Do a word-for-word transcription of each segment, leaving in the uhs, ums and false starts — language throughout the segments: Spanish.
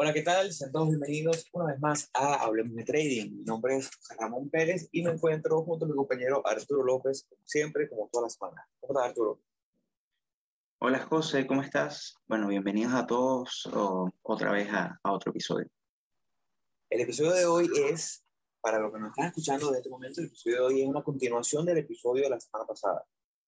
Hola, ¿qué tal? Sean todos bienvenidos una vez más a Hablemos de Trading. Mi nombre es José Ramón Pérez y me encuentro junto a mi compañero Arturo López, como siempre, como todas las semanas. ¿Cómo estás, Arturo? Hola José, ¿cómo estás? Bueno, bienvenidos a todos o- otra vez a, a otro episodio. El episodio de hoy es, para los que nos están escuchando de este momento, el episodio de hoy es una continuación del episodio de la semana pasada.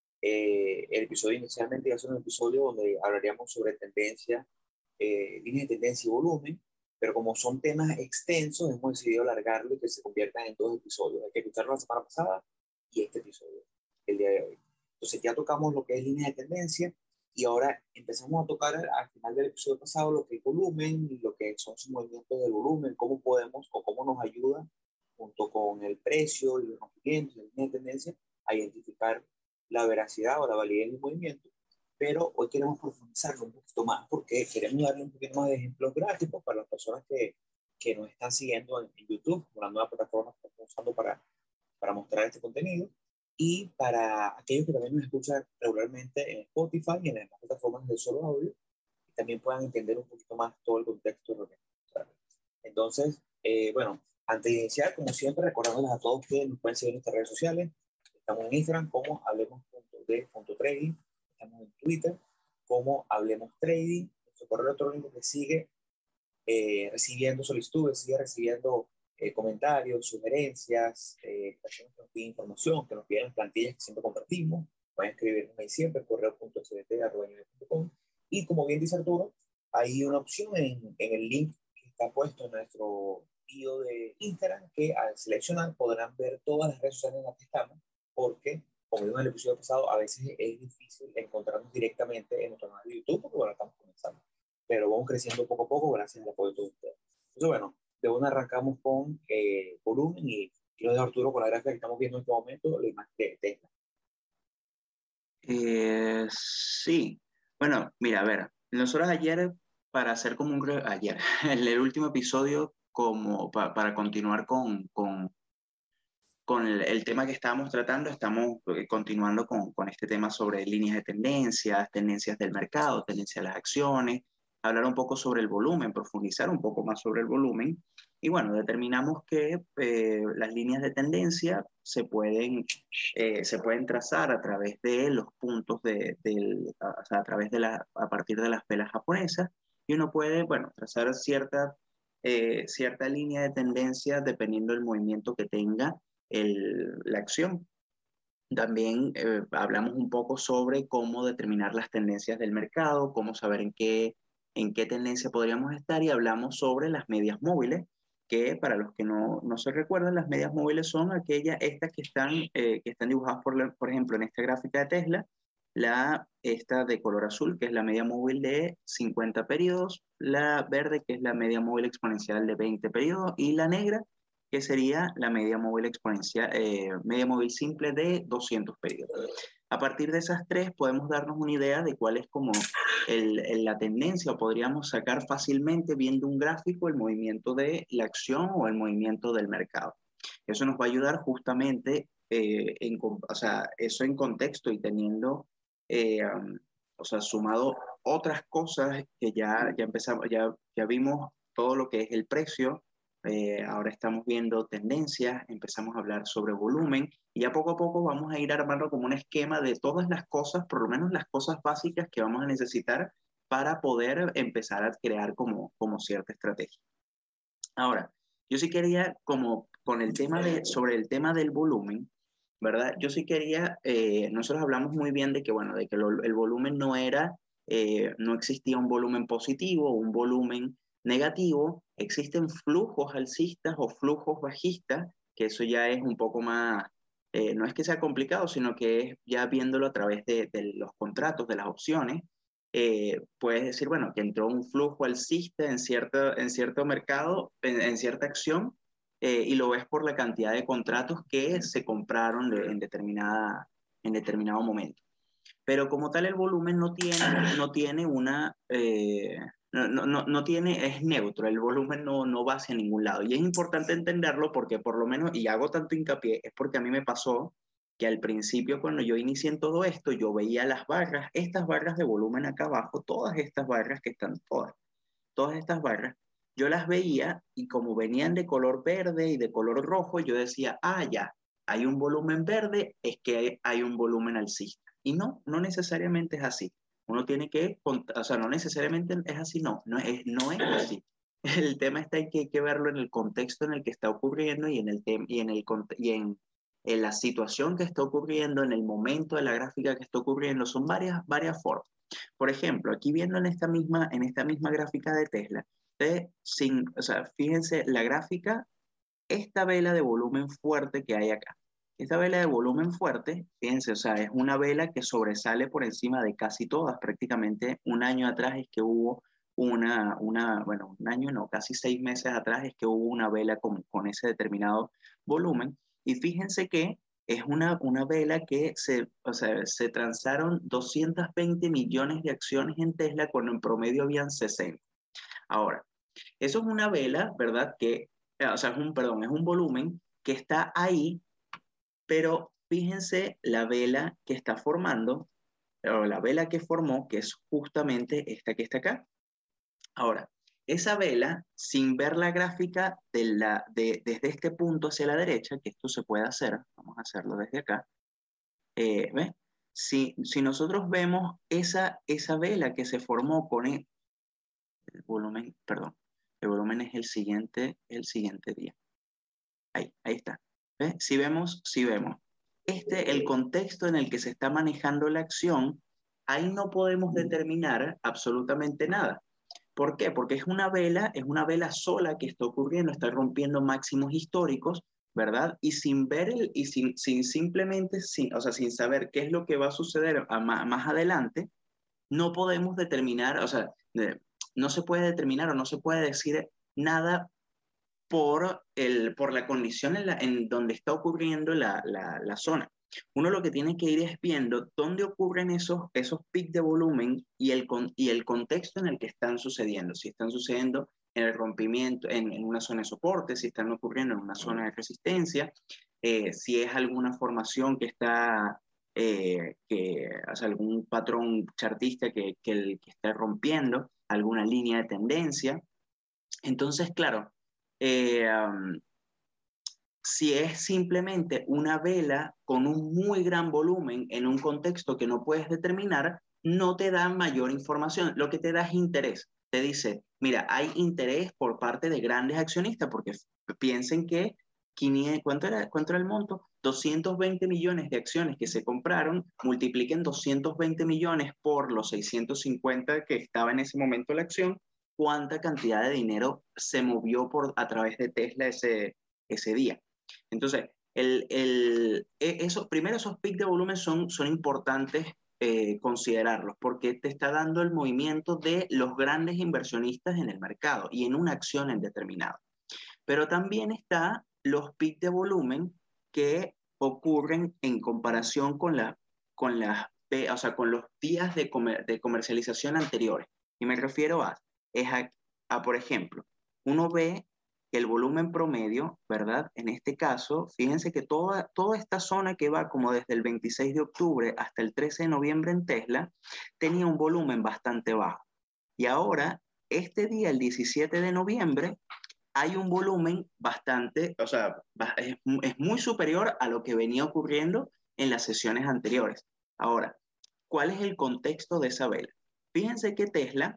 Eh, el episodio inicialmente iba a ser un episodio donde hablaríamos sobre tendencia, eh, líneas de tendencia y volumen, pero como son temas extensos, hemos decidido alargarlo y que se conviertan en dos episodios. Hay que escucharlo la semana pasada y este episodio, el día de hoy. Entonces ya tocamos lo que es línea de tendencia y ahora empezamos a tocar al final del episodio pasado lo que es volumen y lo que son sus movimientos del volumen, cómo podemos o cómo nos ayuda junto con el precio y los rompimientos, la línea de tendencia, a identificar la veracidad o la validez del movimiento, pero hoy queremos profundizarlo un poquito más porque queremos darle un poquito más de ejemplos gráficos para las personas que, que nos están siguiendo en, en YouTube, una nueva plataforma que estamos usando para, para mostrar este contenido, y para aquellos que también nos escuchan regularmente en Spotify y en las demás plataformas de solo audio, y también puedan entender un poquito más todo el contexto de lo que estamos. Entonces, eh, bueno, antes de iniciar, como siempre, recordándoles a todos que nos pueden seguir en nuestras redes sociales. Estamos en Instagram como hablemos.de.trading. Estamos en Twitter como Hablemos Trading. Nuestro correo electrónico que sigue eh, recibiendo solicitudes, sigue recibiendo eh, comentarios, sugerencias, eh, personas que nos piden información, que nos piden plantillas que siempre compartimos. Pueden escribirnos ahí siempre, correo.sbt.com. Y como bien dice Arturo, hay una opción en, en el link que está puesto en nuestro bio de Instagram que al seleccionar podrán ver todas las redes sociales en las que estamos, porque, como vimos en el episodio pasado, a veces es difícil encontrarnos directamente en nuestro canal de YouTube porque bueno, estamos comenzando, pero vamos creciendo poco a poco gracias al apoyo de todos ustedes. Entonces, bueno, de una arrancamos con eh, volumen y quiero dejar Arturo con la gráfica que estamos viendo en este momento, la imagen de Tesla. Eh, sí, bueno, mira, a ver, nosotros ayer, para hacer como un, re- ayer, en el último episodio, como pa- para continuar con, con, con el, el tema que estábamos tratando, estamos eh, continuando con, con este tema sobre líneas de tendencias, tendencias del mercado, tendencias de las acciones, hablar un poco sobre el volumen, profundizar un poco más sobre el volumen. Y bueno, determinamos que eh, las líneas de tendencia se pueden, eh, se pueden trazar a través de los puntos de, del, a, o sea, a través de la, a partir de las velas japonesas, y uno puede, bueno, trazar cierta, eh, cierta línea de tendencia dependiendo del movimiento que tenga el, la acción. También eh, hablamos un poco sobre cómo determinar las tendencias del mercado, cómo saber en qué, en qué tendencia podríamos estar, y hablamos sobre las medias móviles, que para los que no, no se recuerdan, las medias móviles son aquellas, estas que están, eh, que están dibujadas, por, la- por ejemplo, en esta gráfica de Tesla, la, esta de color azul, que es la media móvil de cincuenta periodos, la verde, que es la media móvil exponencial de veinte periodos, y la negra, que sería la media móvil exponencial, eh, media móvil simple de doscientos periodos. A partir de esas tres podemos darnos una idea de cuál es como el, el, la tendencia, o podríamos sacar fácilmente viendo un gráfico el movimiento de la acción o el movimiento del mercado. Eso nos va a ayudar justamente, eh, en, o sea, eso en contexto y teniendo, eh, um, o sea, sumado otras cosas que ya, ya empezamos, ya, ya vimos todo lo que es el precio. Eh, ahora estamos viendo tendencias, empezamos a hablar sobre volumen, y ya poco a poco vamos a ir armando como un esquema de todas las cosas, por lo menos las cosas básicas que vamos a necesitar para poder empezar a crear como, como cierta estrategia. Ahora, yo sí quería, como con el tema de, sobre el tema del volumen, ¿verdad? Yo sí quería, eh, nosotros hablamos muy bien de que, bueno, de que lo, el volumen no era, eh, no existía un volumen positivo o un volumen negativo, existen flujos alcistas o flujos bajistas, que eso ya es un poco más, eh, no es que sea complicado, sino que es ya viéndolo a través de, de los contratos, de las opciones. Eh, puedes decir, bueno, que entró un flujo alcista en cierto, en cierto mercado, en, en cierta acción, eh, y lo ves por la cantidad de contratos que se compraron de, en, determinada, en determinado momento. Pero como tal el volumen no tiene, no tiene una, eh, no, no, no, no tiene, es neutro, el volumen no, no va hacia ningún lado. Y es importante entenderlo porque por lo menos, y hago tanto hincapié, es porque a mí me pasó que al principio cuando yo inicié en todo esto, yo veía las barras, estas barras de volumen acá abajo, todas estas barras que están, todas, todas estas barras, yo las veía y como venían de color verde y de color rojo, yo decía, ah, ya, hay un volumen verde, es que hay, hay un volumen alcista. Y no, no necesariamente es así. Uno tiene que, o sea, no necesariamente es así, no, no es, no es así. El tema está en que hay que verlo en el contexto en el que está ocurriendo y en, el y en, el, y en, en la situación que está ocurriendo, en el momento de la gráfica que está ocurriendo. Son varias, varias formas. Por ejemplo, aquí viendo en esta misma, en esta misma gráfica de Tesla, de sin, o sea, fíjense la gráfica, esta vela de volumen fuerte que hay acá. Esta vela de volumen fuerte, fíjense, o sea, es una vela que sobresale por encima de casi todas. Prácticamente un año atrás es que hubo una, una bueno, un año no, casi seis meses atrás es que hubo una vela con, con ese determinado volumen. Y fíjense que es una, una vela que se, o sea, se transaron doscientos veinte millones de acciones en Tesla cuando en promedio habían sesenta. Ahora, eso es una vela, ¿verdad? Que, o sea, es un, perdón, es un volumen que está ahí, pero fíjense la vela que está formando, o la vela que formó, que es justamente esta que está acá. Ahora, esa vela, sin ver la gráfica de la, de, desde este punto hacia la derecha, que esto se puede hacer, vamos a hacerlo desde acá, eh, ¿ves? Si, si nosotros vemos esa, esa vela que se formó con el, el volumen, perdón, el volumen es el siguiente, el siguiente día. Ahí, ahí está. ¿Ves? Si vemos, si vemos este, el contexto en el que se está manejando la acción, ahí no podemos determinar absolutamente nada. ¿Por qué? Porque es una vela, es una vela sola que está ocurriendo, está rompiendo máximos históricos, ¿verdad? Y sin ver, el, y sin, sin simplemente, sin, o sea, sin saber qué es lo que va a suceder a, más, más adelante, no podemos determinar, o sea, de, no se puede determinar o no se puede decir nada por, el, por la condición en, la, en donde está ocurriendo la, la, la zona. Uno lo que tiene que ir es viendo dónde ocurren esos, esos picos de volumen y el, y el contexto en el que están sucediendo. Si están sucediendo en el rompimiento, en, en una zona de soporte, si están ocurriendo en una zona de resistencia, eh, si es alguna formación que está, eh, que, o sea, algún patrón chartista que, que, el, que está rompiendo, alguna línea de tendencia. Entonces, claro, eh, um, si es simplemente una vela con un muy gran volumen en un contexto que no puedes determinar, no te da mayor información. Lo que te da es interés. Te dice, mira, hay interés por parte de grandes accionistas porque piensen que, ¿cuánto era, cuánto era el monto? doscientos veinte millones de acciones que se compraron, multipliquen doscientos veinte millones por los seiscientos cincuenta que estaba en ese momento la acción, ¿cuánta cantidad de dinero se movió por, a través de Tesla ese, ese día? Entonces, el, el, eso, primero esos picos de volumen son, son importantes eh, considerarlos porque te está dando el movimiento de los grandes inversionistas en el mercado y en una acción en determinado. Pero también está los picos de volumen que ocurren en comparación con, la, con, las, o sea, con los días de, comer, de comercialización anteriores. Y me refiero a, es a, a, por ejemplo, uno ve que el volumen promedio, ¿verdad? En este caso, fíjense que toda, toda esta zona que va como desde el veintiséis de octubre hasta el trece de noviembre en Tesla, tenía un volumen bastante bajo. Y ahora, este día, el diecisiete de noviembre, hay un volumen bastante, o sea, es, es muy superior a lo que venía ocurriendo en las sesiones anteriores. Ahora, ¿cuál es el contexto de esa vela? Fíjense que Tesla,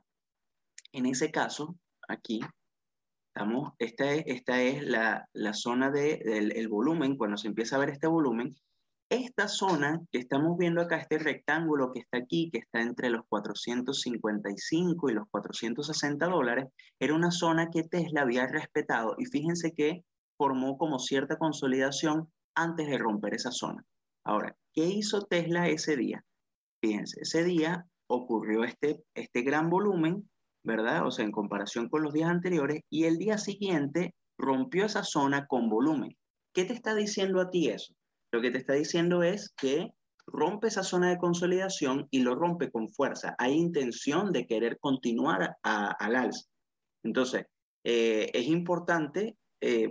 en ese caso, aquí, estamos, esta es, esta es la, la zona de, del el volumen, cuando se empieza a ver este volumen, esta zona que estamos viendo acá, este rectángulo que está aquí, que está entre los cuatrocientos cincuenta y cinco y los cuatrocientos sesenta dólares, era una zona que Tesla había respetado y fíjense que formó como cierta consolidación antes de romper esa zona. Ahora, ¿qué hizo Tesla ese día? Fíjense, ese día ocurrió este, este gran volumen, ¿verdad? O sea, en comparación con los días anteriores, y el día siguiente rompió esa zona con volumen. ¿Qué te está diciendo a ti eso? Lo que te está diciendo es que rompe esa zona de consolidación y lo rompe con fuerza. Hay intención de querer continuar a, al alza. Entonces, eh, es importante eh,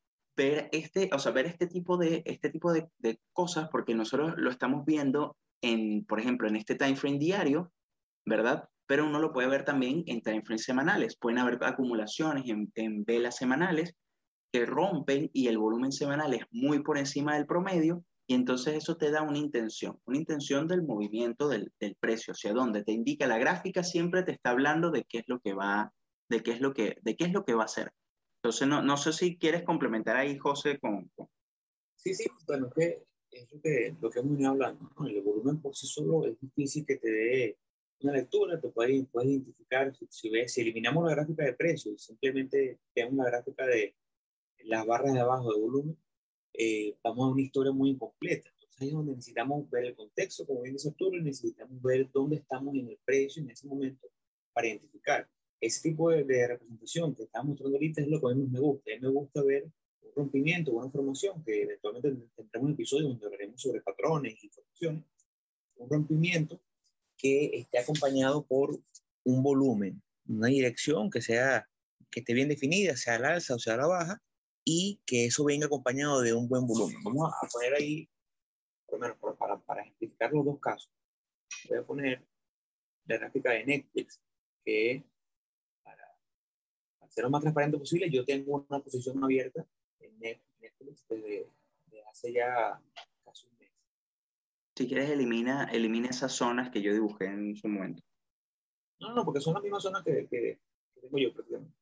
ver este, o sea, ver este tipo de, este tipo de, de cosas porque nosotros lo estamos viendo en, por ejemplo, en este time frame diario, ¿verdad? pero uno lo puede ver también en time frames semanales. Pueden haber acumulaciones en, en velas semanales que rompen y el volumen semanal es muy por encima del promedio, y entonces eso te da una intención, una intención del movimiento del, del precio, hacia dónde te indica la gráfica, siempre te está hablando de qué es lo que va, de qué es lo que, de qué es lo que va a hacer. Entonces, no, no sé si quieres complementar ahí, José, con... con... Sí, sí, bueno, es que es lo que, lo que hemos venido hablando, ¿no? El volumen por sí solo es difícil que te dé una lectura, te puedes, puedes identificar, si, si, ves, si eliminamos la gráfica de precios y simplemente vemos la gráfica de las barras de abajo de volumen, eh, vamos a una historia muy incompleta. Entonces ahí es donde necesitamos ver el contexto, como bien dice Arturo, y necesitamos ver dónde estamos en el precio en ese momento para identificar. Ese tipo de, de representación que estamos mostrando ahorita es lo que a mí más me gusta. A mí me gusta ver un rompimiento, una formación, que eventualmente tendremos un episodio donde hablaremos sobre patrones y formaciones, un rompimiento que esté acompañado por un volumen, una dirección que sea que esté bien definida, sea al alza o sea a la baja, y que eso venga acompañado de un buen volumen. Vamos a poner ahí, por lo menos para, para explicar los dos casos, voy a poner la gráfica de Netflix, que para, para ser lo más transparente posible, yo tengo una posición abierta en Netflix desde, desde hace ya casi un mes. Si quieres, elimina, elimina esas zonas que yo dibujé en su momento. No, no, porque son las mismas zonas que, que, que tengo yo prácticamente.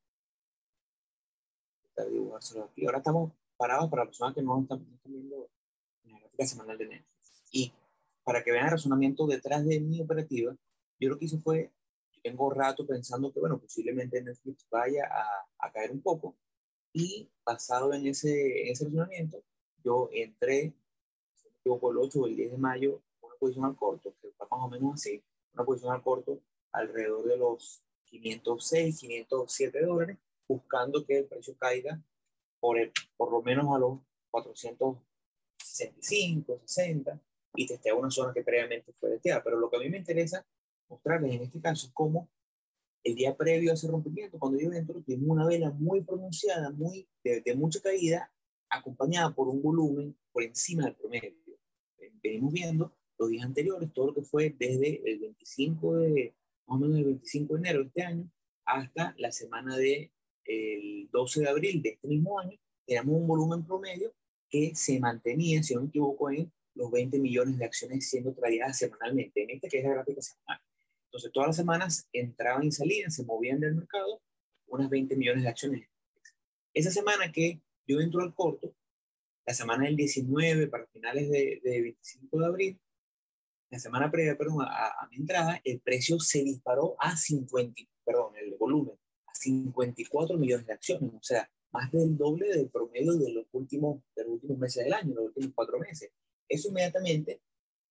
Aquí. Ahora estamos parados para las personas que no están, no están viendo la gráfica semanal de Netflix. Y para que vean el razonamiento detrás de mi operativa, yo lo que hice fue, yo tengo rato pensando que, bueno, posiblemente Netflix vaya a, a caer un poco, y basado en ese, en ese razonamiento, yo entré, si no me equivoco, el ocho o el diez de mayo, una posición al corto, que va más o menos así, una posición al corto alrededor de los quinientos seis, quinientos siete dólares, buscando que el precio caiga por, el, por lo menos a los cuatrocientos sesenta y cinco, sesenta, y testea una zona que previamente fue testeada. Pero lo que a mí me interesa mostrarles en este caso es cómo el día previo a ese rompimiento, cuando yo entro, tuvimos una vela muy pronunciada, muy, de, de mucha caída, acompañada por un volumen por encima del promedio. Venimos viendo los días anteriores, todo lo que fue desde el veinticinco de, más o menos el veinticinco de enero de este año, hasta la semana del de, doce de abril de este mismo año, teníamos un volumen promedio que se mantenía, si no me equivoco, en los veinte millones de acciones siendo tradeadas semanalmente, en esta que es la gráfica semanal. Entonces, todas las semanas entraban y salían, se movían del mercado unas veinte millones de acciones. Esa semana que yo entro al corto, la semana del diecinueve para finales de, de veinticinco de abril, la semana previa, perdón, a, a mi entrada, el precio se disparó a cincuenta, perdón, el volumen, a cincuenta y cuatro millones de acciones, o sea, más del doble del promedio de los últimos, de los últimos meses del año, los últimos cuatro meses. Eso inmediatamente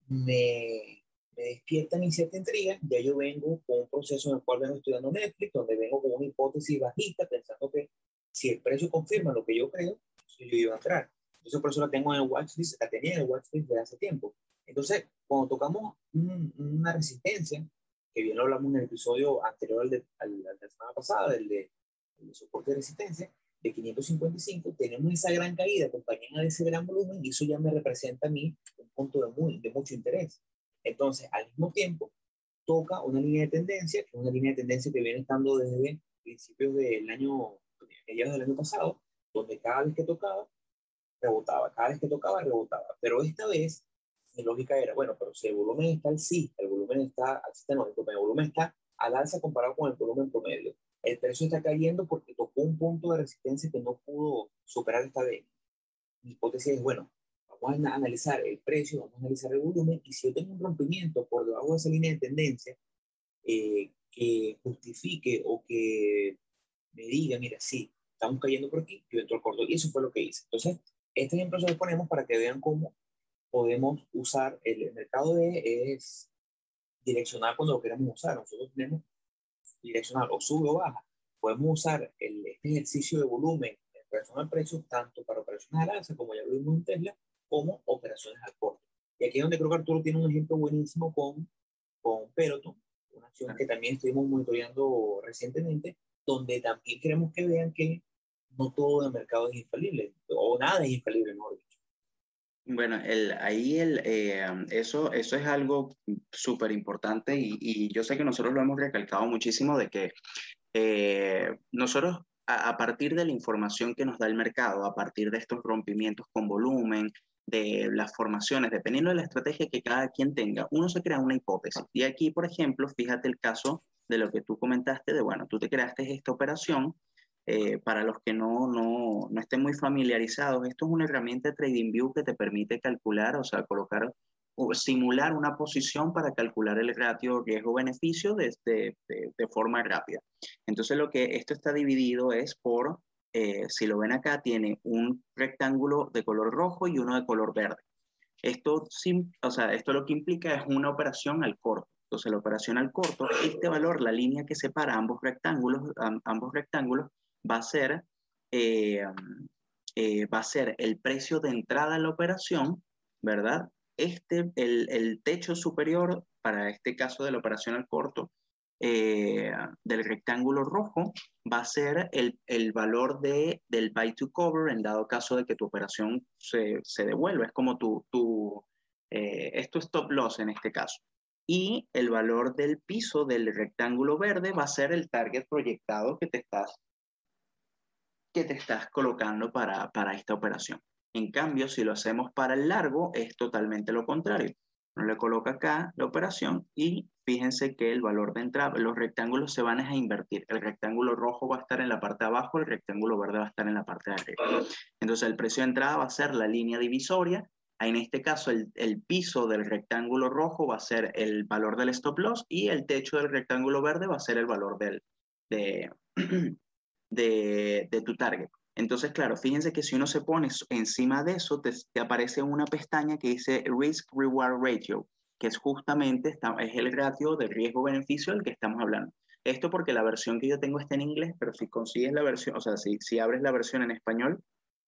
me, me despierta mi cierta intriga. Ya yo vengo con un proceso en el cual vengo estudiando Netflix, donde vengo con una hipótesis bajista, pensando que si el precio confirma lo que yo creo, yo iba a entrar. Entonces, por eso la tengo en el watchlist, la tenía en el watchlist desde hace tiempo. Entonces, cuando tocamos un, una resistencia, que bien lo hablamos en el episodio anterior al de, al, al de la semana pasada, del de, el de soporte de resistencia, de quinientos cincuenta y cinco, tenemos esa gran caída acompañada de ese gran volumen, y eso ya me representa a mí un punto de, muy, de mucho interés. Entonces, al mismo tiempo, toca una línea de tendencia, que es una línea de tendencia que viene estando desde principios del año, mediados del año pasado, donde cada vez que tocaba, rebotaba, cada vez que tocaba, rebotaba. Pero esta vez, mi lógica era, bueno, pero si el volumen está alcista, el volumen está alcista, no, el volumen está al alza comparado con el volumen promedio, el precio está cayendo porque tocó un punto de resistencia que no pudo superar esta vez. Mi hipótesis es, bueno, vamos a analizar el precio, vamos a analizar el volumen, y si yo tengo un rompimiento por debajo de esa línea de tendencia eh, que justifique o que me diga, mira, sí, estamos cayendo por aquí, yo entro al corto, y eso fue lo que hice. Entonces, este ejemplo se lo ponemos para que vean cómo podemos usar el, el mercado de, es direccional cuando lo queremos usar. Nosotros tenemos direccional o sube o baja. Podemos usar el, este ejercicio de volumen en relación al precio tanto para operaciones al alza, como ya lo vimos en Tesla, como operaciones al corto. Y aquí es donde creo que Arturo tiene un ejemplo buenísimo con, con Peloton, una acción que también estuvimos monitoreando recientemente, donde también queremos que vean que no todo el mercado es infalible, o nada es infalible, mejor dicho. Bueno, el, ahí el, eh, eso, eso es algo súper importante y, y yo sé que nosotros lo hemos recalcado muchísimo de que eh, nosotros a, a partir de la información que nos da el mercado, a partir de estos rompimientos con volumen, de las formaciones, dependiendo de la estrategia que cada quien tenga, uno se crea una hipótesis. Y aquí, por ejemplo, fíjate el caso de lo que tú comentaste, de, bueno, tú te creaste esta operación. Eh, para los que no, no, no estén muy familiarizados, esto es una herramienta de TradingView que te permite calcular, o sea, colocar o simular una posición para calcular el ratio riesgo-beneficio de, de, de, de forma rápida. Entonces, lo que esto está dividido es por, eh, si lo ven acá, tiene un rectángulo de color rojo y uno de color verde. Esto, o sea, esto lo que implica es una operación al corto. Entonces, la operación al corto, este valor, la línea que separa ambos rectángulos, ambos rectángulos, va a ser, eh, eh, va a ser el precio de entrada a la operación, ¿verdad? Este, el, el techo superior, para este caso de la operación al corto, eh, del rectángulo rojo, va a ser el, el valor de, del buy to cover en dado caso de que tu operación se, se devuelva. Es como tu, tu eh, es tu stop loss en este caso. Y el valor del piso del rectángulo verde va a ser el target proyectado que te estás, que te estás colocando para, para esta operación. En cambio, si lo hacemos para el largo, es totalmente lo contrario. Uno le coloca acá la operación y fíjense que el valor de entrada, los rectángulos se van a invertir. El rectángulo rojo va a estar en la parte de abajo, el rectángulo verde va a estar en la parte de arriba. Entonces el precio de entrada va a ser la línea divisoria. En este caso, el, el piso del rectángulo rojo va a ser el valor del stop loss y el techo del rectángulo verde va a ser el valor del, de, de, de tu target. Entonces, claro, fíjense que si uno se pone encima de eso, te, te aparece una pestaña que dice Risk Reward Ratio, que es justamente está, es el ratio de riesgo-beneficio del que estamos hablando. Esto porque la versión que yo tengo está en inglés, pero si consigues la versión, o sea, si, si abres la versión en español,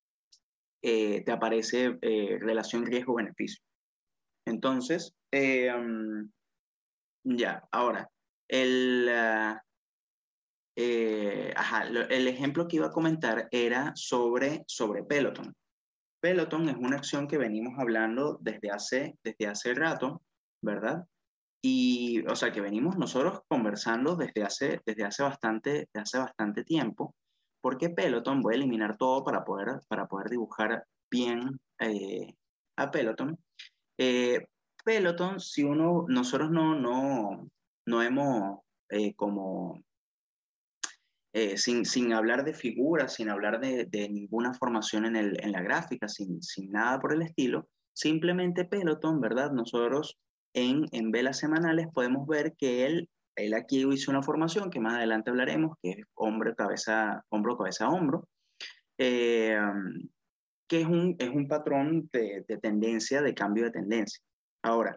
eh, te aparece eh, relación riesgo-beneficio. Entonces, eh, um, ya, ahora, el, uh, eh, ajá, lo, el ejemplo que iba a comentar era sobre, sobre Peloton. Peloton es una acción que venimos hablando desde hace, desde hace rato, ¿verdad? Y, o sea, que venimos nosotros conversando desde hace, desde hace bastante, desde hace bastante tiempo, porque Peloton, voy a eliminar todo para poder, para poder dibujar bien eh, a Peloton. Eh, Peloton, si uno, nosotros no, no, no hemos eh, como eh, sin, sin hablar de figuras, sin hablar de, de ninguna formación en, el, en la gráfica, sin, sin nada por el estilo, simplemente Peloton, ¿verdad? Nosotros en, en velas semanales podemos ver que él, él aquí hizo una formación que más adelante hablaremos, que es hombro, cabeza, hombro, cabeza, hombro, eh, que es un, es un patrón de, de tendencia, de cambio de tendencia. Ahora,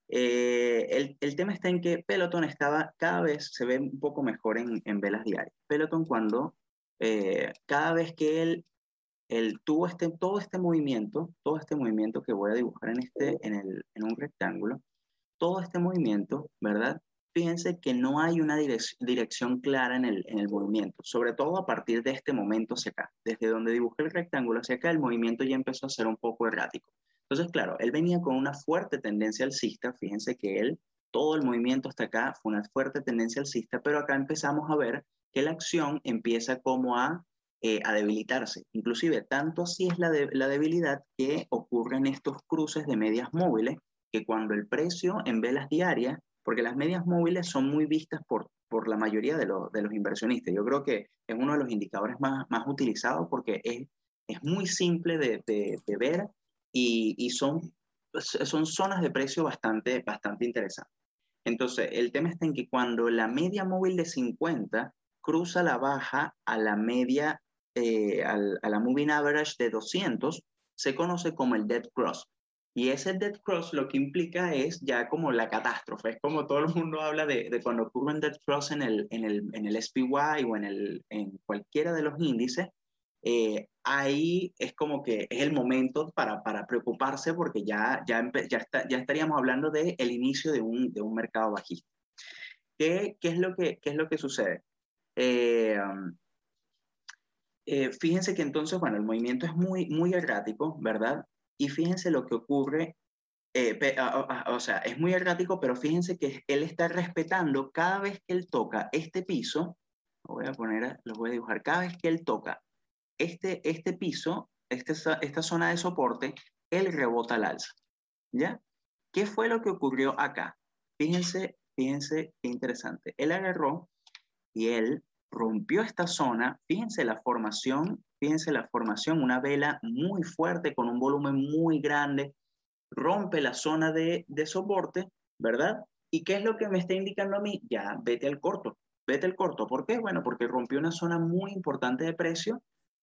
eh, el, el, tema está en que Peloton estaba, cada vez se ve un poco mejor en, en velas diarias. Peloton cuando, eh, cada vez que él, él tuvo este, todo este movimiento, todo este movimiento que voy a dibujar en, este, en, el, en un rectángulo, todo este movimiento, ¿verdad? Fíjense que no hay una direc dirección clara en el, en el movimiento, sobre todo a partir de este momento hacia acá. Desde donde dibujé el rectángulo hacia acá, el movimiento ya empezó a ser un poco errático. Entonces, claro, él venía con una fuerte tendencia alcista. Fíjense que él, todo el movimiento hasta acá fue una fuerte tendencia alcista, pero acá empezamos a ver que la acción empieza como a, eh, a debilitarse. Inclusive, tanto así es la, de, la debilidad que ocurren estos cruces de medias móviles, que cuando el precio en velas diarias, porque las medias móviles son muy vistas por, por la mayoría de, lo, de los inversionistas. Yo creo que es uno de los indicadores más, más utilizados porque es, es muy simple de, de, de ver y, y son, son zonas de precio bastante, bastante interesantes. Entonces, el tema está en que cuando la media móvil de cincuenta cruza la baja a la media, eh, al, a la moving average de doscientos, se conoce como el dead cross. Y ese dead cross lo que implica es ya como la catástrofe. Es como todo el mundo habla de, de cuando ocurre un dead cross en el, en el, en el S P Y o en, el, en cualquiera de los índices. Eh, ahí es como que es el momento para, para preocuparse porque ya, ya, ya, está, ya estaríamos hablando del de inicio de un, de un mercado bajista. ¿Qué, qué, es lo que, ¿Qué es lo que sucede? Eh, eh, fíjense que entonces, bueno, el movimiento es muy, muy errático, ¿verdad? y fíjense lo que ocurre, eh, pe, a, a, o sea, es muy errático, pero fíjense que él está respetando cada vez que él toca este piso, lo voy a poner, lo voy a dibujar, cada vez que él toca este, este piso, este, esta zona de soporte, él rebota al alza, ¿ya? ¿Qué fue lo que ocurrió acá? Fíjense, fíjense qué interesante. Él agarró y él rompió esta zona, fíjense la formación, fíjense la formación, una vela muy fuerte con un volumen muy grande, rompe la zona de, de soporte, ¿verdad? ¿Y qué es lo que me está indicando a mí? Ya, vete al corto, vete al corto. ¿Por qué? Bueno, porque rompió una zona muy importante de precio,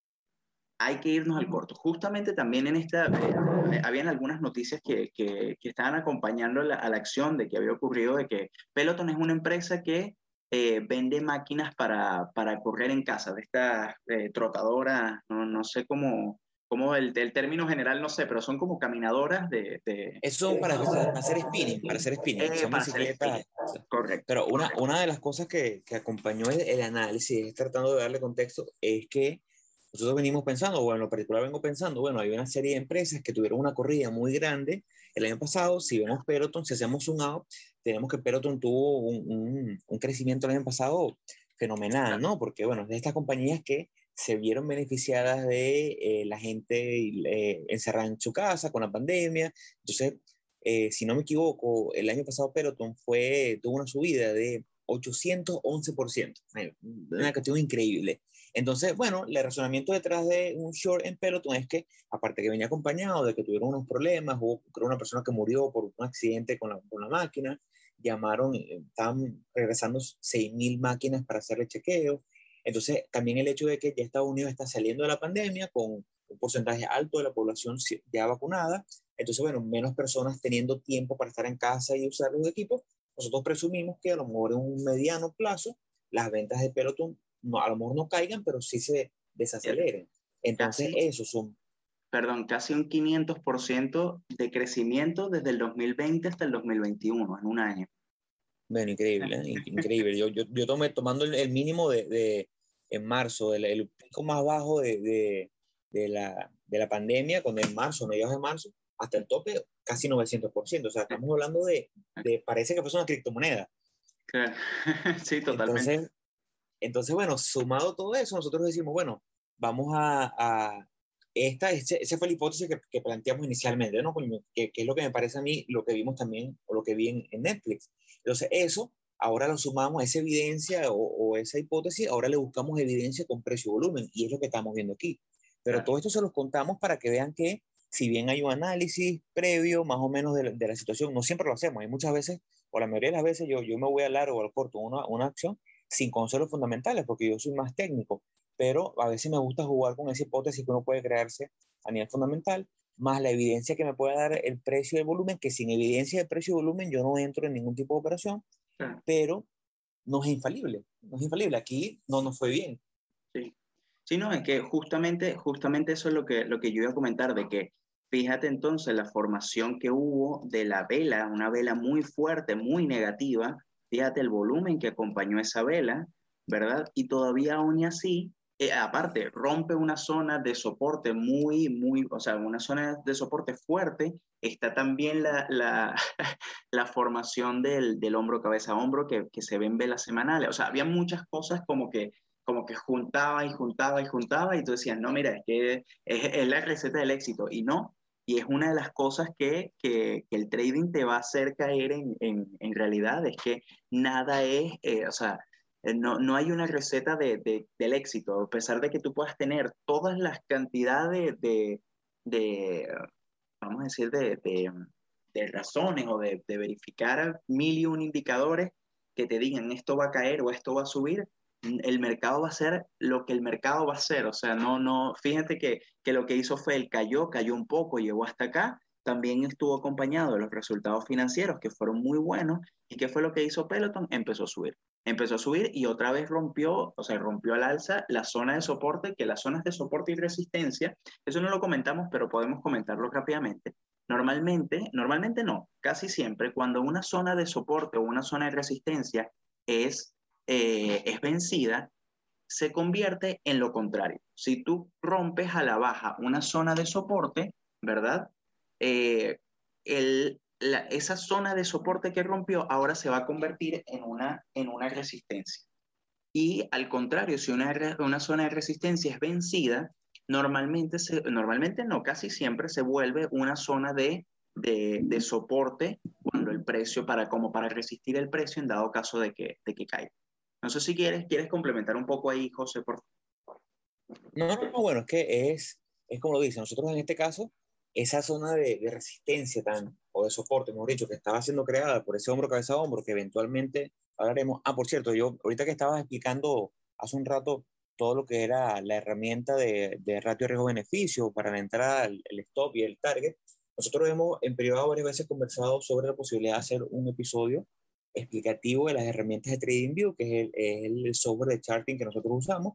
hay que irnos al corto. Justamente también en esta, eh, habían algunas noticias que, que, que estaban acompañando la, a la acción de que había ocurrido, de que Peloton es una empresa que eh, vende máquinas para, para correr en casa, de estas eh, trotadoras, no, no sé cómo, cómo el, el término general, no sé, pero son como caminadoras de... de Esos son para hacer, hacer spinning, para hacer spinning, eh, son para hacer bicicletas. spinning. Correcto. Pero una, una de las cosas que, que acompañó el, el análisis, tratando de darle contexto, es que nosotros venimos pensando, bueno, en lo particular vengo pensando, bueno, hay una serie de empresas que tuvieron una corrida muy grande el año pasado. Si vemos Peloton, si hacemos un out, tenemos que Peloton tuvo un, un, un crecimiento el año pasado fenomenal, ¿no? Porque, bueno, es de estas compañías que se vieron beneficiadas de eh, la gente eh, encerrada en su casa con la pandemia. Entonces, eh, si no me equivoco, el año pasado Peloton fue, tuvo una subida de ochocientos once por ciento, una cuestión increíble. Entonces, bueno, el razonamiento detrás de un short en Peloton es que, aparte que venía acompañado de que tuvieron unos problemas, hubo creo una persona que murió por un accidente con la, con la máquina, llamaron, estaban regresando seis mil máquinas para hacerle chequeo. Entonces, también el hecho de que ya Estados Unidos está saliendo de la pandemia con un porcentaje alto de la población ya vacunada, entonces, bueno, menos personas teniendo tiempo para estar en casa y usar los equipos, nosotros presumimos que a lo mejor en un mediano plazo las ventas de Peloton no, a lo mejor no caigan, pero sí se desaceleren. Entonces, Casi, esos son... perdón, casi un quinientos por ciento de crecimiento desde el dos mil veinte hasta el dos mil veintiuno, en un año. Bueno, increíble, ¿eh? Increíble. Yo, yo, yo tomé tomando el, el mínimo de, de, en marzo, el, el pico más bajo de, de, de, la, de la pandemia, con en marzo, mediados de marzo, hasta el tope, casi novecientos por ciento. O sea, estamos hablando de, de parece que fue una criptomoneda. Claro. Sí, totalmente. Entonces, entonces, bueno, sumado todo eso, nosotros decimos, bueno, vamos a, a esta, ese, esa fue la hipótesis que, que planteamos inicialmente, ¿no? Que, que, es lo que me parece a mí, lo que vimos también, o lo que vi en, en Netflix. Entonces, eso, ahora lo sumamos a esa evidencia o, o esa hipótesis, ahora le buscamos evidencia con precio-volumen, y es lo que estamos viendo aquí. Pero Claro. todo esto se los contamos para que vean que, si bien hay un análisis previo, más o menos, de, de la situación, no siempre lo hacemos, hay muchas veces, o la mayoría de las veces, yo, yo me voy al largo o al corto una, una acción, sin conceptos fundamentales, porque yo soy más técnico, pero a veces me gusta jugar con esa hipótesis que uno puede crearse a nivel fundamental, más la evidencia que me puede dar el precio y el volumen, que sin evidencia de precio y volumen yo no entro en ningún tipo de operación, Claro. pero no es infalible, no es infalible, aquí no nos fue bien. Sí. Sí, no, es que justamente, justamente eso es lo que, lo que yo iba a comentar, de que fíjate entonces la formación que hubo de la vela, una vela muy fuerte, muy negativa, fíjate el volumen que acompañó esa vela, ¿verdad? Y todavía aún y así, eh, aparte, rompe una zona de soporte muy, muy, o sea, una zona de soporte fuerte, está también la, la, la formación del, del hombro, cabeza, hombro, que, que se ven velas semanales, o sea, había muchas cosas como que como que juntaba y juntaba y juntaba y tú decías, no, mira, es que es, es la receta del éxito y no, y es una de las cosas que, que, que el trading te va a hacer caer en, en, en realidad, es que nada es, eh, o sea, eh, no, no hay una receta de, de, del éxito, a pesar de que tú puedas tener todas las cantidades de, de vamos a decir, de, de, de razones o de, de verificar mil y un indicadores que te digan esto va a caer o esto va a subir, el mercado va a ser lo que el mercado va a ser. O sea, no, no, fíjate que, que lo que hizo fue el cayó, cayó un poco, llegó hasta acá, también estuvo acompañado de los resultados financieros que fueron muy buenos. ¿Y qué fue lo que hizo Peloton? Empezó a subir. Empezó a subir y otra vez rompió, o sea, rompió al alza la zona de soporte, que las zonas de soporte y resistencia, eso no lo comentamos, pero podemos comentarlo rápidamente. Normalmente, normalmente no, casi siempre, cuando una zona de soporte o una zona de resistencia es eh, es vencida, se convierte en lo contrario. Si tú rompes a la baja una zona de soporte, ¿verdad? eh, el, la, esa zona de soporte que rompió ahora se va a convertir en una, en una resistencia. Y al contrario, si una, una zona de resistencia es vencida, normalmente, se, normalmente no, casi siempre se vuelve una zona de, de, de soporte cuando el precio, para, como para resistir el precio en dado caso de que, de que caiga. No sé si quieres, quieres complementar un poco ahí, José, por No, no, no, bueno, es que es, es como lo dice, nosotros en este caso, esa zona de, de resistencia tan, o de soporte, mejor dicho, que estaba siendo creada por ese hombro cabeza a hombro, que eventualmente hablaremos. Ah, por cierto, yo ahorita que estabas explicando hace un rato todo lo que era la herramienta de, de ratio riesgo-beneficio para la entrada, el, el stop y el target, nosotros hemos en privado varias veces conversado sobre la posibilidad de hacer un episodio explicativo de las herramientas de TradingView, que es el, es el software de charting que nosotros usamos.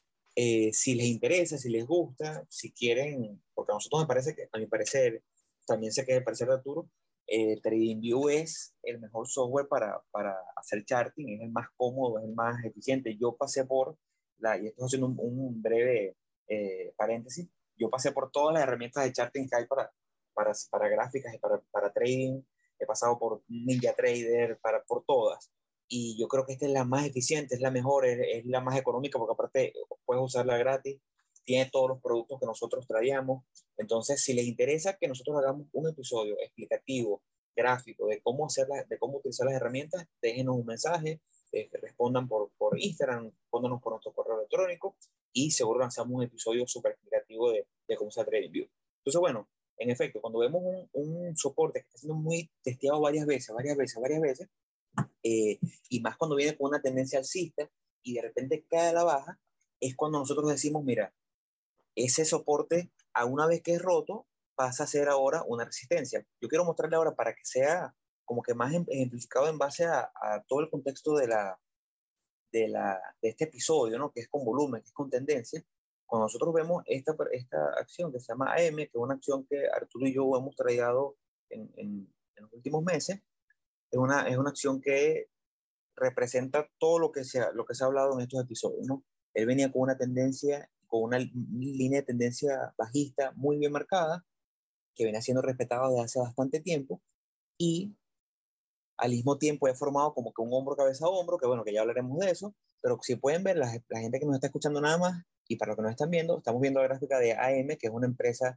Eh, si les interesa, si les gusta, si quieren, porque a nosotros me parece que, a mi parecer, también sé que el parecer de Arturo, eh, TradingView es el mejor software para, para hacer charting, es el más cómodo, es el más eficiente. Yo pasé por, la, y estoy haciendo un, un breve eh, paréntesis, yo pasé por todas las herramientas de charting que hay para, para, para gráficas y para, para trading, he pasado por NinjaTrader, para, por todas y yo creo que esta es la más eficiente, es la mejor, es, es, la más económica porque aparte puedes usarla gratis, tiene todos los productos que nosotros traíamos. Entonces, si les interesa que nosotros hagamos un episodio explicativo, gráfico, de cómo, hacerla, de cómo utilizar las herramientas, déjenos un mensaje, eh, respondan por, por Instagram, respóndanos por nuestro correo electrónico y seguro lanzamos un episodio súper explicativo de, de cómo usar TradingView. Entonces, bueno, en efecto, cuando vemos un, un soporte que está siendo muy testeado varias veces, varias veces, varias veces, eh, y más cuando viene con una tendencia alcista y de repente cae a la baja, es cuando nosotros decimos, mira, ese soporte, a una vez que es roto, pasa a ser ahora una resistencia. Yo quiero mostrarle ahora para que sea como que más ejemplificado en base a, a todo el contexto de, la, de, la, de este episodio, ¿no? Que es con volumen, que es con tendencia. Cuando nosotros vemos esta, esta acción que se llama A M, que es una acción que Arturo y yo hemos traído en, en, en los últimos meses, es una, es una acción que representa todo lo que, se ha, lo que se ha hablado en estos episodios, ¿no? Él venía con una tendencia, con una línea de tendencia bajista muy bien marcada, que viene siendo respetada desde hace bastante tiempo, y al mismo tiempo he formado como que un hombro cabeza a hombro, que bueno, que ya hablaremos de eso, pero si pueden ver, la, la gente que nos está escuchando nada más, y para los que nos están viendo, estamos viendo la gráfica de A M, que es una empresa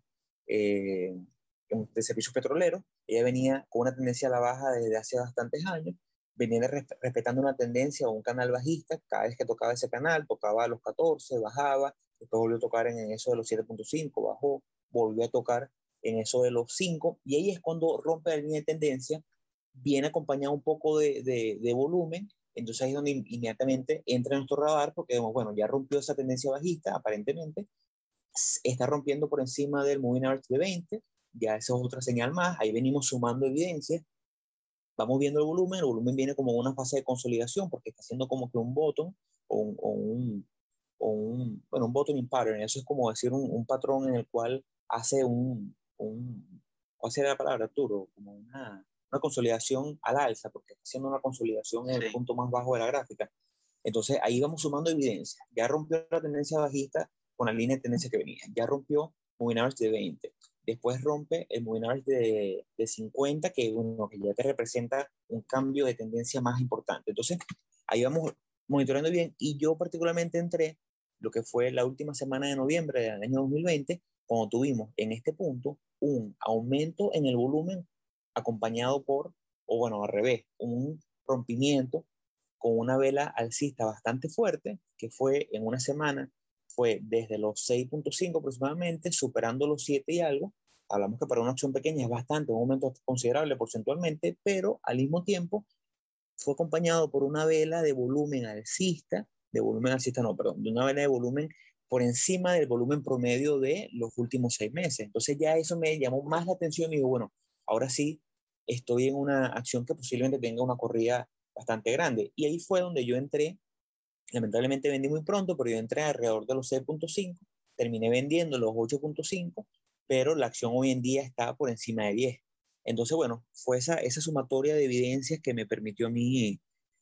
eh, de servicios petroleros. Ella venía con una tendencia a la baja desde hace bastantes años, venía respetando una tendencia o un canal bajista, cada vez que tocaba ese canal, tocaba a los catorce, bajaba, después volvió a tocar en eso de los siete punto cinco, bajó, volvió a tocar en eso de los cinco, y ahí es cuando rompe la línea de tendencia, viene acompañado un poco de, de, de volumen, entonces ahí es donde inmediatamente entra en nuestro radar porque vemos, bueno, ya rompió esa tendencia bajista, aparentemente, está rompiendo por encima del Moving Average de veinte, ya esa es otra señal más, ahí venimos sumando evidencia, vamos viendo el volumen, el volumen viene como una fase de consolidación porque está haciendo como que un bottom o un, o un, o un bueno, un bottoming pattern, eso es como decir un, un patrón en el cual hace un, un ¿cuál sería la palabra, Arturo? Como una, una consolidación al alza, porque está haciendo una consolidación en el sí. punto más bajo de la gráfica. Entonces ahí vamos sumando evidencia. Ya rompió la tendencia bajista con la línea de tendencia que venía. Ya rompió Moving Average de veinte. Después rompe el Moving Average de, de cincuenta, que, bueno, que ya te representa un cambio de tendencia más importante. Entonces ahí vamos monitoreando bien. Y yo particularmente entré lo que fue la última semana de noviembre del año dos mil veinte, cuando tuvimos en este punto un aumento en el volumen acompañado por, o bueno, al revés, un rompimiento con una vela alcista bastante fuerte, que fue en una semana, fue desde los seis punto cinco aproximadamente, superando los siete y algo. Hablamos que para una acción pequeña es bastante, un aumento considerable porcentualmente, pero al mismo tiempo fue acompañado por una vela de volumen alcista, de volumen alcista no, perdón, de una vela de volumen por encima del volumen promedio de los últimos seis meses. Entonces ya eso me llamó más la atención y digo, bueno, ahora sí estoy en una acción que posiblemente tenga una corrida bastante grande. Y ahí fue donde yo entré. Lamentablemente vendí muy pronto, pero yo entré alrededor de los seis punto cinco, terminé vendiendo los ocho punto cinco, pero la acción hoy en día está por encima de diez. Entonces, bueno, fue esa, esa sumatoria de evidencias que me permitió a mí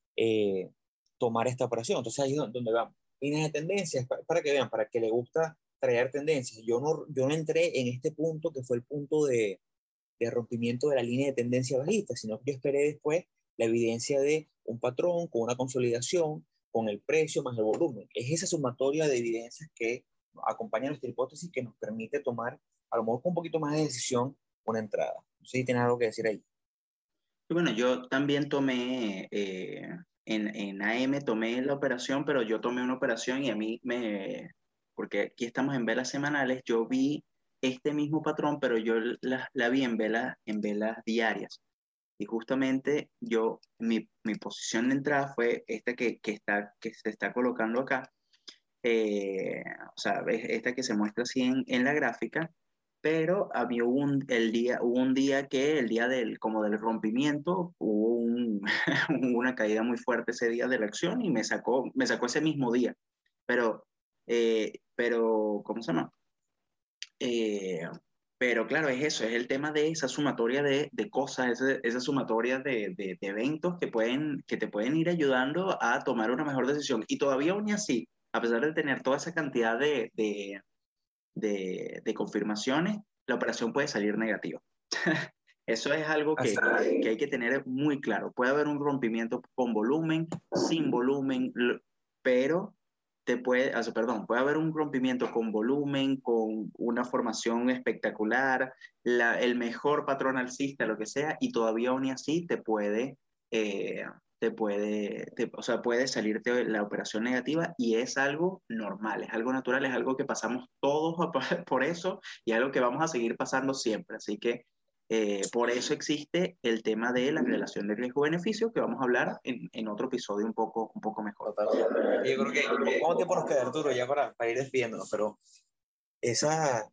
eh, tomar esta operación. Entonces ahí es donde vamos. Líneas de tendencias, para, para que vean, para que le gusta traer tendencias. Yo no, yo no entré en este punto que fue el punto de, de rompimiento de la línea de tendencia bajista, sino que yo esperé después la evidencia de un patrón con una consolidación, con el precio más el volumen. Es esa sumatoria de evidencias que acompaña nuestra hipótesis que nos permite tomar, a lo mejor con un poquito más de decisión, una entrada. No sé si tienes algo que decir ahí. Y bueno, yo también tomé, eh, en, en A M tomé la operación, pero yo tomé una operación y a mí me, porque aquí estamos en velas semanales, yo vi este mismo patrón, pero yo la, la vi en velas, en velas diarias. Y justamente yo, mi, mi posición de entrada fue esta que, que, está, que se está colocando acá, eh, o sea, ves esta que se muestra así en, en la gráfica, pero había un, el día, hubo un día que, el día del, como del rompimiento, hubo un, una caída muy fuerte ese día de la acción y me sacó, me sacó ese mismo día. Pero, eh, pero, ¿cómo se llama? Eh, pero claro, es eso, es el tema de esa sumatoria de, de cosas, esa, esa sumatoria de, de, de eventos que, pueden, que te pueden ir ayudando a tomar una mejor decisión. Y todavía aún así, a pesar de tener toda esa cantidad de, de, de, de confirmaciones, la operación puede salir negativa. Eso es algo que, que hay que tener muy claro. Puede haber un rompimiento con volumen, sin volumen, pero te puede, o sea, perdón, puede haber un rompimiento con volumen, con una formación espectacular, la, el mejor patrón alcista, lo que sea, y todavía aún así te puede, eh, te puede, te, o sea, puede salirte la operación negativa y es algo normal, es algo natural, es algo que pasamos todos por eso y es algo que vamos a seguir pasando siempre. Así que eh, por eso existe el tema de la relación de riesgo-beneficio, que vamos a hablar en, en otro episodio un poco, un poco mejor. Totalmente. Yo creo que, ¿cuánto tiempo nos queda, Arturo? Ya para, para ir despidiéndonos, pero esa,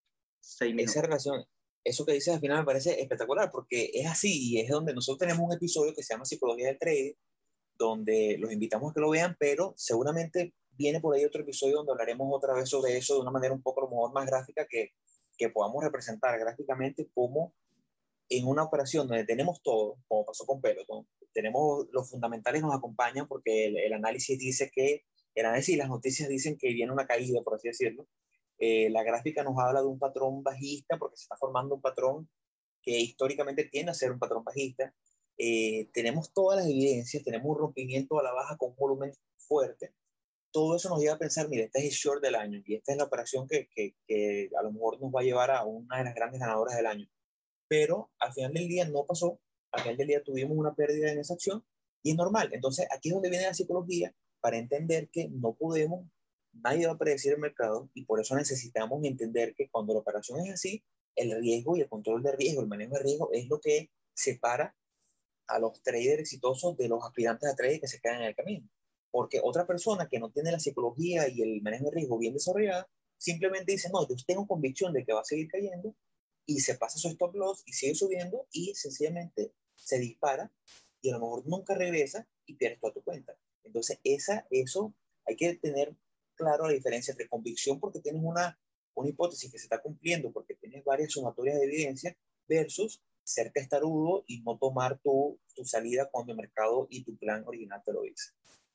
esa relación, eso que dices al final me parece espectacular, porque es así, y es donde nosotros tenemos un episodio que se llama Psicología del Trading, donde los invitamos a que lo vean, pero seguramente viene por ahí otro episodio donde hablaremos otra vez sobre eso de una manera un poco a lo mejor más gráfica que, que podamos representar gráficamente cómo en una operación donde tenemos todo, como pasó con Peloton, tenemos los fundamentales nos acompañan porque el, el análisis dice que, el análisis y las noticias dicen que viene una caída, por así decirlo. Eh, la gráfica nos habla de un patrón bajista porque se está formando un patrón que históricamente tiende a ser un patrón bajista. Eh, tenemos todas las evidencias, tenemos un rompimiento a la baja con un volumen fuerte. Todo eso nos lleva a pensar, mira, este es el short del año y esta es la operación que, que, que a lo mejor nos va a llevar a una de las grandes ganadoras del año. Pero al final del día no pasó, al final del día tuvimos una pérdida en esa acción y es normal. Entonces aquí es donde viene la psicología para entender que no podemos, nadie va a predecir el mercado y por eso necesitamos entender que cuando la operación es así, el riesgo y el control de riesgo, el manejo de riesgo es lo que separa a los traders exitosos de los aspirantes a trader que se quedan en el camino. Porque otra persona que no tiene la psicología y el manejo de riesgo bien desarrollada, simplemente dice, no, yo tengo convicción de que va a seguir cayendo y se pasa su stop loss y sigue subiendo y sencillamente se dispara y a lo mejor nunca regresa y pierdes toda tu cuenta. Entonces, esa, eso hay que tener claro la diferencia entre convicción porque tienes una, una hipótesis que se está cumpliendo porque tienes varias sumatorias de evidencia versus ser testarudo y no tomar tu, tu salida cuando el mercado y tu plan original te lo dice.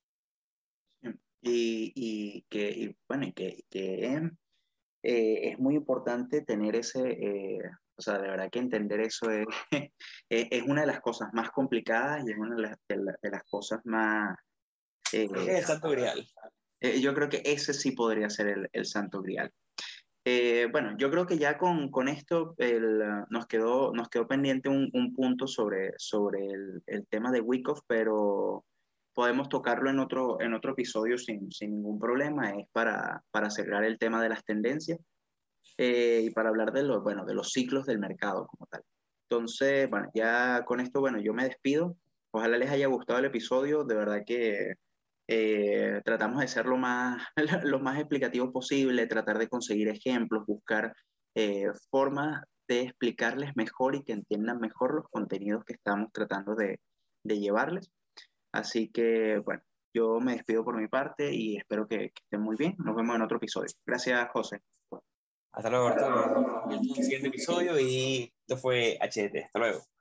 Y, y que, y, bueno, y que, que eh, es muy importante tener ese, eh, o sea, de verdad que entender eso es, es una de las cosas más complicadas y es una de las, de la, de las cosas más... Eh, es el santo grial. Eh, yo creo que ese sí podría ser el, el santo grial. Eh, bueno, yo creo que ya con, con esto el, uh, nos, quedó, nos quedó pendiente un, un punto sobre, sobre el, el tema de Wyckoff, pero podemos tocarlo en otro, en otro episodio sin, sin ningún problema. Es para, para cerrar el tema de las tendencias eh, y para hablar de, lo, bueno, de los ciclos del mercado como tal. Entonces, bueno, ya con esto, bueno, yo me despido. Ojalá les haya gustado el episodio. De verdad que eh, tratamos de ser lo más, lo más explicativo posible, tratar de conseguir ejemplos, buscar eh, formas de explicarles mejor y que entiendan mejor los contenidos que estamos tratando de, de llevarles. Así que, bueno, yo me despido por mi parte y espero que, que estén muy bien. Nos vemos en otro episodio. Gracias, José. Hasta luego, Arturo. Nos vemos en el siguiente episodio y esto fue H D T. Hasta luego.